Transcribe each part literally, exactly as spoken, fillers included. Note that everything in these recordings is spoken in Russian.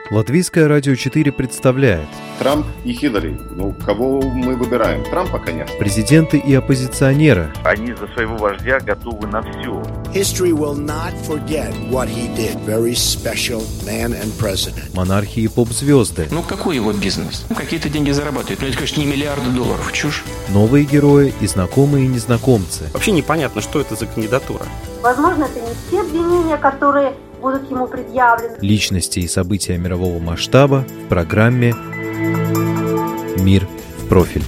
Латвийское радио четыре представляет Трамп и Хиллари. Ну, кого мы выбираем? Трампа, конечно. Президенты и оппозиционеры. Они за своего вождя готовы на все. History will not forget what he did. Very special man and president. Монархи и поп-звезды. Ну, какой его бизнес? Ну, какие-то деньги зарабатывают. Ну, это, конечно, не миллиарды долларов. Чушь. Новые герои и знакомые и незнакомцы. Вообще непонятно, что это за кандидатура. Возможно, это не те обвинения, которые будут ему предъявлены. Личности и события мирового масштаба в программе «Мир в профиль».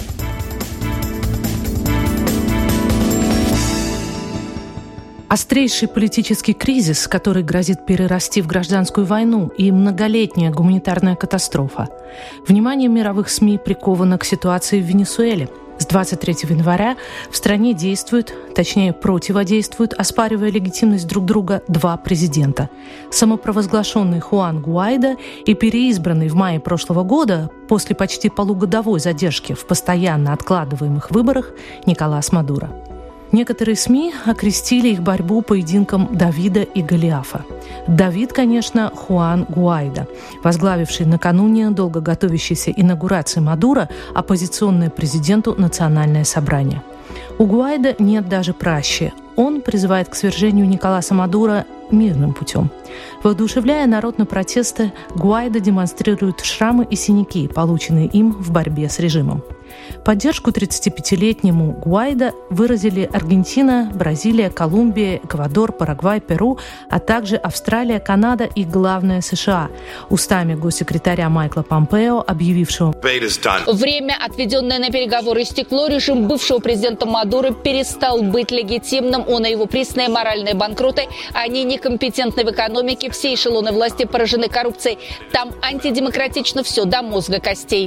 Острейший политический кризис, который грозит перерасти в гражданскую войну, и многолетняя гуманитарная катастрофа. Внимание мировых СМИ приковано к ситуации в Венесуэле. С двадцать третьего января в стране действуют, точнее противодействуют, оспаривая легитимность друг друга, два президента. Самопровозглашенный Хуан Гуайдо и переизбранный в мае прошлого года, после почти полугодовой задержки в постоянно откладываемых выборах, Николас Мадуро. Некоторые СМИ окрестили их борьбу поединком Давида и Голиафа. Давид, конечно, Хуан Гуайдо, возглавивший накануне долго готовящейся инаугурации Мадуро оппозиционное президенту Национальное собрание. У Гуайдо нет даже пращи. Он призывает к свержению Николаса Мадуро мирным путем. Воодушевляя народ на протесты, Гуайдо демонстрирует шрамы и синяки, полученные им в борьбе с режимом. Поддержку тридцатипятилетнему Гуайдо выразили Аргентина, Бразилия, Колумбия, Эквадор, Парагвай, Перу, а также Австралия, Канада и, главное, США, устами госсекретаря Майкла Помпео, объявившего: «Время, отведенное на переговоры, истекло. Режим бывшего президента Мадуро перестал быть легитимным. Он и его присные моральные банкроты. Они некомпетентны в экономике. Все эшелоны власти поражены коррупцией. Там антидемократично все, до мозга костей».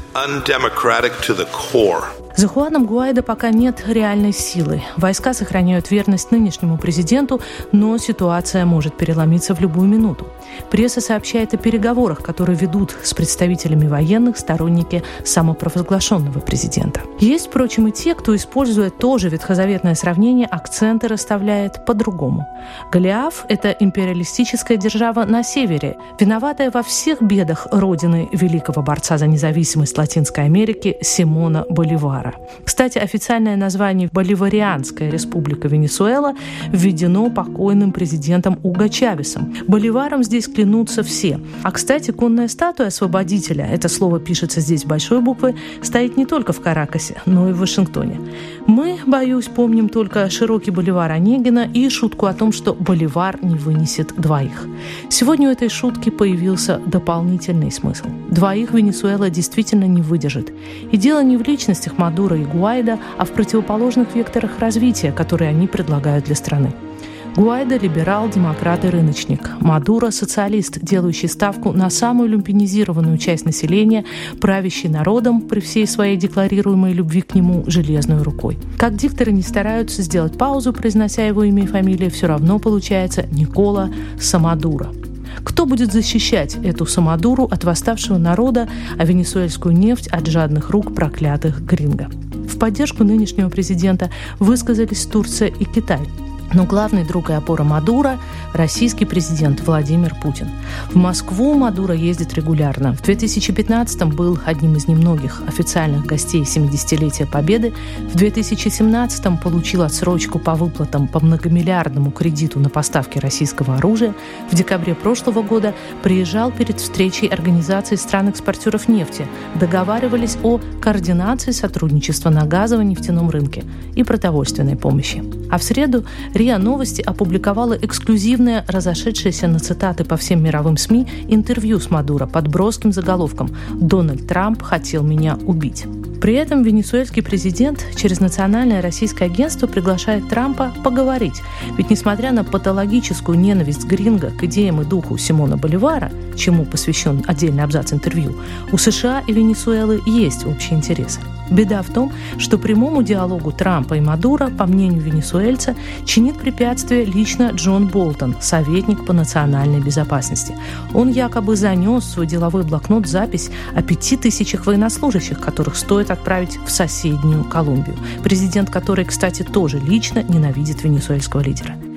За Хуаном Гуайдо пока нет реальной силы. Войска сохраняют верность нынешнему президенту, но ситуация может переломиться в любую минуту. Пресса сообщает о переговорах, которые ведут с представителями военных сторонники самопровозглашенного президента. Есть, впрочем, и те, кто, используя тоже ветхозаветное сравнение, акценты расставляет по-другому. Голиаф – это империалистическая держава на севере, виноватая во всех бедах родины великого борца за независимость Латинской Америки Симона Боливара. Кстати, официальное название «Боливарианская республика Венесуэла» введено покойным президентом Уго Чавесом. Боливаром здесь клянутся все. А, кстати, конная статуя освободителя, это слово пишется здесь большой буквой, стоит не только в Каракасе, но и в Вашингтоне. Мы, боюсь, помним только широкий боливар Онегина и шутку о том, что боливар не вынесет двоих. Сегодня у этой шутки появился дополнительный смысл. Двоих Венесуэла действительно не выдержит. И дело не в личностях Мадуро и Гуайдо, а в противоположных векторах развития, которые они предлагают для страны. Гуайдо – либерал, демократ и рыночник. Мадуро – социалист, делающий ставку на самую люмпинизированную часть населения, правящий народом при всей своей декларируемой любви к нему железной рукой. Как дикторы не стараются сделать паузу, произнося его имя и фамилию, все равно получается Никола Самадуро. Кто будет защищать эту Самадуру от восставшего народа, а венесуэльскую нефть от жадных рук проклятых гринго? В поддержку нынешнего президента высказались Турция и Китай. Но главный друг и опора Мадуро – российский президент Владимир Путин. В Москву Мадуро ездит регулярно. В две тысячи пятнадцатом был одним из немногих официальных гостей семидесятилетия Победы. В две тысячи семнадцатом получил отсрочку по выплатам по многомиллиардному кредиту на поставки российского оружия. В декабре прошлого года приезжал перед встречей Организации стран-экспортеров нефти. Договаривались о координации сотрудничества на газово-нефтяном рынке и продовольственной помощи. А в среду РИА Новости опубликовала эксклюзивное, разошедшееся на цитаты по всем мировым СМИ, интервью с Мадуро под броским заголовком «Дональд Трамп хотел меня убить». При этом венесуэльский президент через национальное российское агентство приглашает Трампа поговорить. Ведь несмотря на патологическую ненависть гринго к идеям и духу Симона Боливара, чему посвящен отдельный абзац интервью, у США и Венесуэлы есть общие интересы. Беда в том, что прямому диалогу Трампа и Мадуро, по мнению венесуэльца, чинит препятствие лично Джон Болтон, советник по национальной безопасности. Он якобы занес в свой деловой блокнот запись о пяти тысячах военнослужащих, которых стоит отправить в соседнюю Колумбию. Президент, который, кстати, тоже лично ненавидит венесуэльского лидера.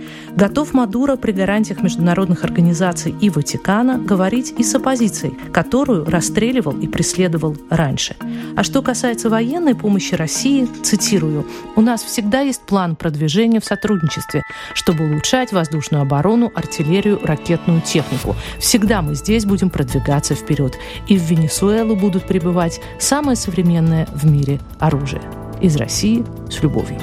Готов Мадуро при гарантиях международных организаций и Ватикана говорить и с оппозицией, которую расстреливал и преследовал раньше. А что касается военной помощи России, цитирую, «У нас всегда есть план продвижения в сотрудничестве, чтобы улучшать воздушную оборону, артиллерию, ракетную технику. Всегда мы здесь будем продвигаться вперед. И в Венесуэлу будут прибывать самое современное в мире оружие. Из России с любовью».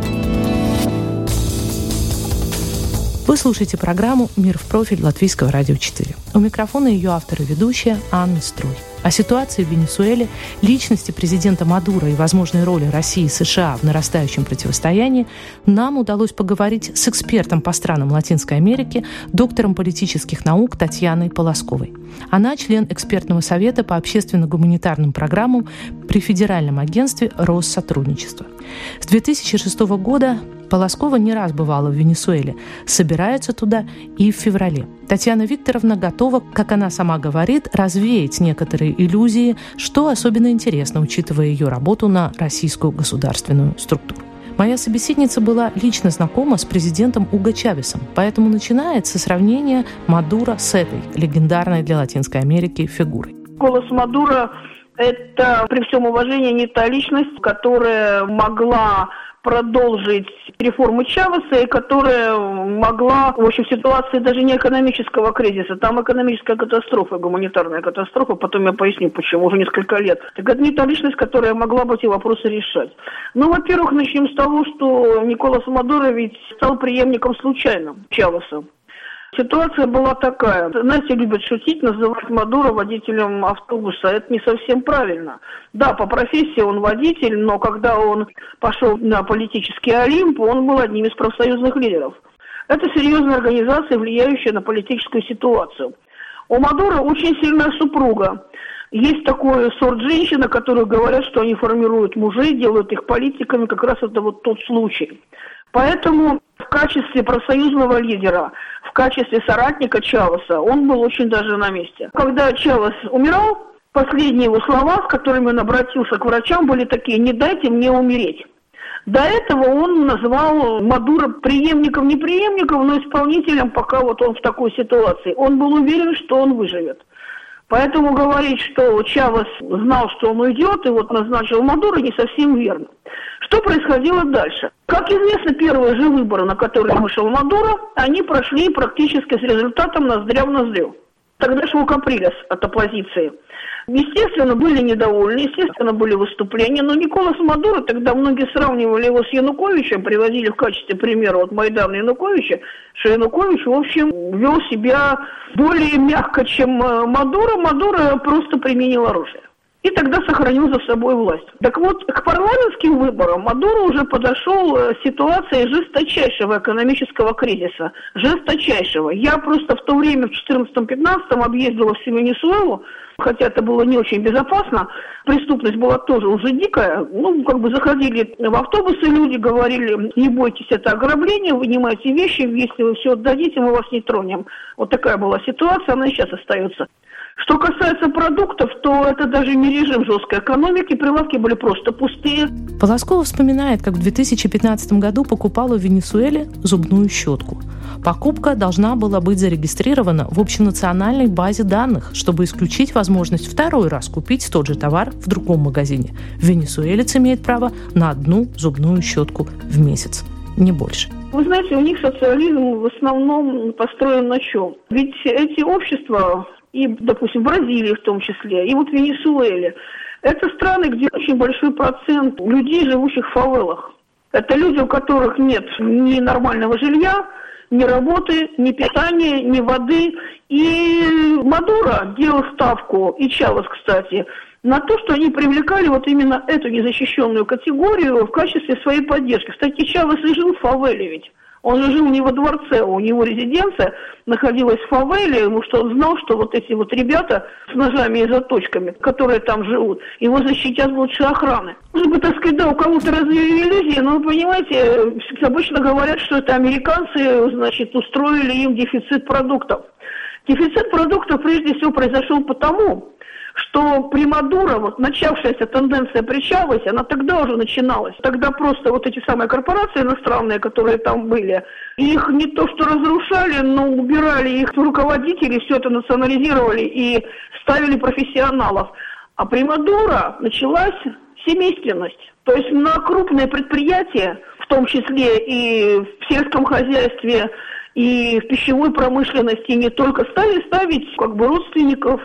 Вы слушаете программу «Мир в профиль» Латвийского радио четыре. У микрофона ее автор и ведущая Анна Струй. О ситуации в Венесуэле, личности президента Мадуро и возможной роли России и США в нарастающем противостоянии нам удалось поговорить с экспертом по странам Латинской Америки, доктором политических наук Татьяной Полосковой. Она член экспертного совета по общественно-гуманитарным программам при Федеральном агентстве Россотрудничества. С две тысячи шестого года Полоскова не раз бывала в Венесуэле, собирается туда и в феврале. Татьяна Викторовна готова, как она сама говорит, развеять некоторые иллюзии, что особенно интересно, учитывая ее работу на российскую государственную структуру. Моя собеседница была лично знакома с президентом Уго Чавесом, поэтому начинает со сравнения Мадуро с этой легендарной для Латинской Америки фигурой. Голос Мадуро – это, при всем уважении, не та личность, которая могла продолжить реформы Чавеса и которая могла, в общем, в ситуации даже не экономического кризиса, там экономическая катастрофа, гуманитарная катастрофа, потом я поясню, почему, уже несколько лет. Так это не та личность, которая могла бы эти вопросы решать. Ну, во-первых, начнем с того, что Николас Мадуро ведь стал преемником случайно Чавеса. Ситуация была такая. Знаете, любят шутить, называть Мадуро водителем автобуса. Это не совсем правильно. Да, по профессии он водитель, но когда он пошел на политический Олимп, он был одним из профсоюзных лидеров. Это серьезная организация, влияющая на политическую ситуацию. У Мадуро очень сильная супруга. Есть такой сорт женщин, о которых говорят, что они формируют мужей, делают их политиками. Как раз это вот тот случай. Поэтому в качестве профсоюзного лидера, в качестве соратника Чавеса, он был очень даже на месте. Когда Чавес умирал, последние его слова, с которыми он обратился к врачам, были такие: «Не дайте мне умереть». До этого он назвал Мадуро преемником, не преемником, но исполнителем, пока вот он в такой ситуации. Он был уверен, что он выживет. Поэтому говорить, что Чавес знал, что он уйдет, и вот назначил Мадуро, не совсем верно. Что происходило дальше? Как известно, первые же выборы, на которые вышел Мадуро, они прошли практически с результатом ноздря в ноздрю. Тогда шел каприлес от оппозиции. Естественно, были недовольны, естественно, были выступления, но Николас Мадуро, тогда многие сравнивали его с Януковичем, приводили в качестве примера вот Майдана Януковича, что Янукович, в общем, вел себя более мягко, чем Мадуро. Мадуро просто применил оружие. И тогда сохранил за собой власть. Так вот, к парламентским выборам Мадуро уже подошел ситуацией жесточайшего экономического кризиса. Жесточайшего. Я просто в то время, в четырнадцатом-пятнадцатом, объездила всю Венесуэлу, хотя это было не очень безопасно. Преступность была тоже уже дикая. Ну, как бы заходили в автобусы люди, говорили: не бойтесь, это ограбление, вынимайте вещи, если вы все отдадите, мы вас не тронем. Вот такая была ситуация, она и сейчас остается. Что касается продуктов, то это даже не режим жесткой экономики, прилавки были просто пустые. Полоскова вспоминает, как в две тысячи пятнадцатом году покупала в Венесуэле зубную щетку. Покупка должна была быть зарегистрирована в общенациональной базе данных, чтобы исключить возможность второй раз купить тот же товар в другом магазине. Венесуэлец имеет право на одну зубную щетку в месяц, не больше. Вы знаете, у них социализм в основном построен на чем? Ведь эти общества, и, допустим, Бразилии в том числе, и вот в Венесуэле, это страны, где очень большой процент людей, живущих в фавелах. Это люди, у которых нет ни нормального жилья, ни работы, ни питания, ни воды. И Мадуро делал ставку, и Чавес, кстати, на то, что они привлекали вот именно эту незащищенную категорию в качестве своей поддержки. Кстати, Чавес и жил в фавеле ведь. Он же жил не во дворце, у него резиденция находилась в фавеле, потому что он знал, что вот эти вот ребята с ножами и заточками, которые там живут, его защитят лучше охраны. Может быть, так сказать, да, у кого-то развили иллюзии, но вы понимаете, обычно говорят, что это американцы, значит, устроили им дефицит продуктов. Дефицит продуктов прежде всего произошел потому, что при Мадуро, вот начавшаяся тенденция причалась, она тогда уже начиналась. Тогда просто вот эти самые корпорации иностранные, которые там были, их не то что разрушали, но убирали их руководителей, все это национализировали и ставили профессионалов. А при Мадуро началась семейственность. То есть на крупные предприятия, в том числе и в сельском хозяйстве, и в пищевой промышленности, не только, стали ставить как бы родственников,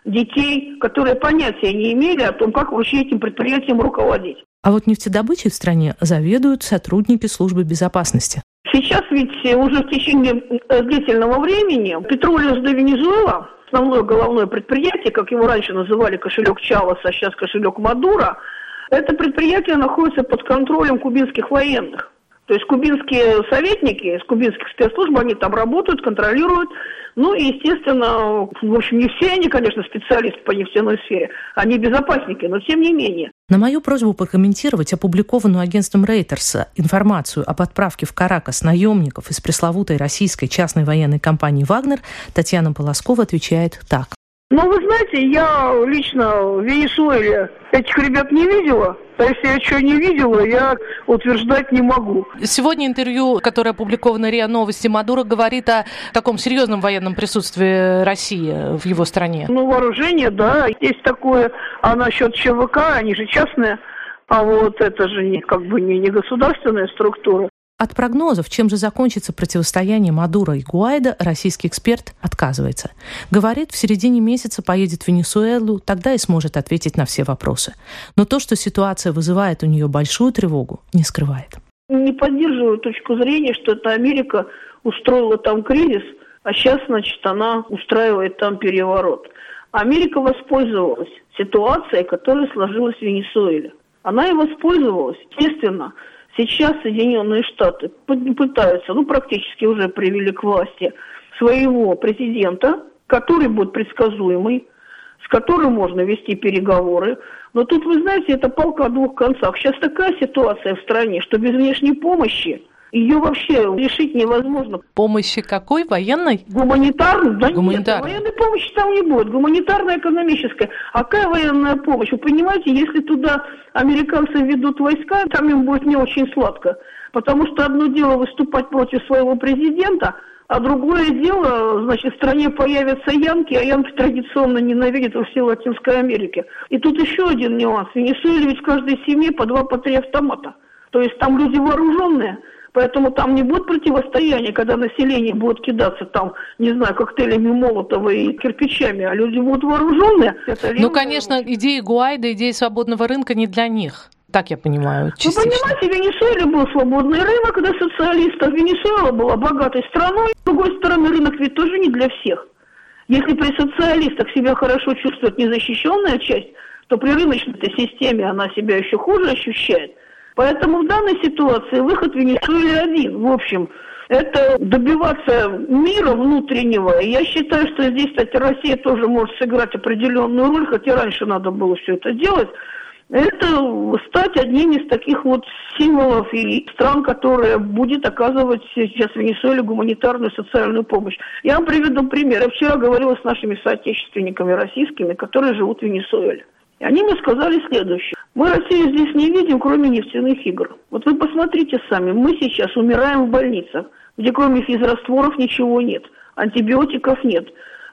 детей, которые понятия не имели о том, как вообще этим предприятием руководить. А вот нефтедобычей в стране заведуют сотрудники службы безопасности. Сейчас ведь уже в течение длительного времени Petroleos de Venezuela, основное головное предприятие, как его раньше называли кошелек Чавеса, а сейчас кошелек Мадуро, это предприятие находится под контролем кубинских военных. То есть кубинские советники из кубинских спецслужб, они там работают, контролируют. Ну и, естественно, в общем, не все они, конечно, специалисты по нефтяной сфере, они безопасники, но тем не менее. На мою просьбу прокомментировать опубликованную агентством Рейтерса информацию об отправке в Каракас наемников из пресловутой российской частной военной компании «Вагнер» Татьяна Полоскова отвечает так. Ну, вы знаете, я лично в Венесуэле этих ребят не видела. А если я что не видела, я утверждать не могу. Сегодня интервью, которое опубликовано РИА Новости, Мадуро говорит о таком серьезном военном присутствии России в его стране. Ну, вооружение, да, есть такое. А насчет ЧВК, они же частные, а вот это же не, как бы не, не государственная структура. От прогнозов, чем же закончится противостояние Мадуро и Гуайдо, российский эксперт отказывается. Говорит, в середине месяца поедет в Венесуэлу, тогда и сможет ответить на все вопросы. Но то, что ситуация вызывает у нее большую тревогу, не скрывает. Не поддерживаю точку зрения, что это Америка устроила там кризис, а сейчас, значит, она устраивает там переворот. Америка воспользовалась ситуацией, которая сложилась в Венесуэле. Она и воспользовалась, естественно. Сейчас Соединенные Штаты пытаются, ну, практически уже привели к власти своего президента, который будет предсказуемый, с которым можно вести переговоры. Но тут, вы знаете, это палка о двух концах. Сейчас такая ситуация в стране, что без внешней помощи ее вообще решить невозможно. Помощи какой? Военной? Гуманитарной? Да Гуманитарной. Нет, военной помощи там не будет. Гуманитарная, экономическая. А какая военная помощь? Вы понимаете, если туда американцы ведут войска, там им будет не очень сладко. Потому что одно дело выступать против своего президента, а другое дело, значит, в стране появятся янки, а янки традиционно ненавидят во всей Латинской Америке. И тут еще один нюанс. В Венесуэле ведь в каждой семье по два, по три автомата. То есть там люди вооруженные. Поэтому там не будет противостояния, когда население будет кидаться там, не знаю, коктейлями Молотова и кирпичами, а люди будут вооруженные. Ну, конечно, идеи Гуайдо, идеи свободного рынка не для них. Так я понимаю, частично. Вы понимаете, в Венесуэле был свободный рынок для социалистов. Венесуэла была богатой страной. С другой стороны, рынок ведь тоже не для всех. Если при социалистах себя хорошо чувствует незащищенная часть, то при рыночной системе она себя еще хуже ощущает. Поэтому в данной ситуации выход Венесуэле один. В общем, это добиваться мира внутреннего. И я считаю, что здесь, кстати, Россия тоже может сыграть определенную роль, хотя раньше надо было все это делать. Это стать одним из таких вот символов и стран, которые будет оказывать сейчас в Венесуэле гуманитарную социальную помощь. Я вам приведу пример. Я вчера говорила с нашими соотечественниками российскими, которые живут в Венесуэле. И они мне сказали следующее. Мы Россию здесь не видим, кроме нефтяных игр. Вот вы посмотрите сами, мы сейчас умираем в больницах, где кроме физрастворов ничего нет, антибиотиков нет.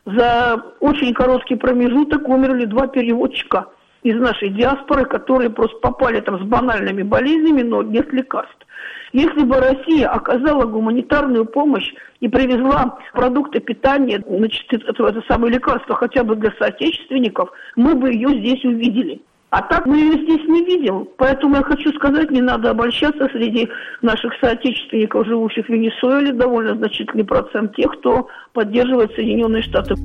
За очень короткий промежуток умерли два переводчика из нашей диаспоры, которые просто попали там с банальными болезнями, но нет лекарств. Если бы Россия оказала гуманитарную помощь и привезла продукты питания, значит, это, это самое лекарство хотя бы для соотечественников, мы бы ее здесь увидели. А так мы ее здесь не видим. Поэтому я хочу сказать, не надо обольщаться. Среди наших соотечественников, живущих в Венесуэле, довольно значительный процент тех, кто поддерживает Соединенные Штаты.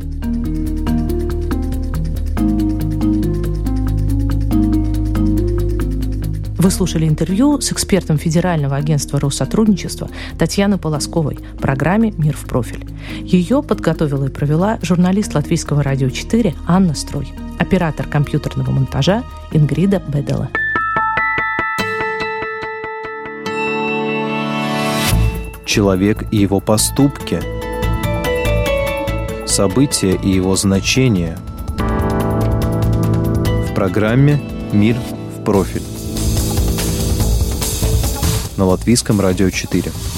Вы слушали интервью с экспертом Федерального агентства Россотрудничества Татьяной Полосковой в программе «Мир в профиль». Ее подготовила и провела журналист Латвийского радио четыре Анна Строй, оператор компьютерного монтажа Ингрида Бедела. Человек и его поступки, события и его значения – программе «Мир в профиль» на Латвийском радио четыре.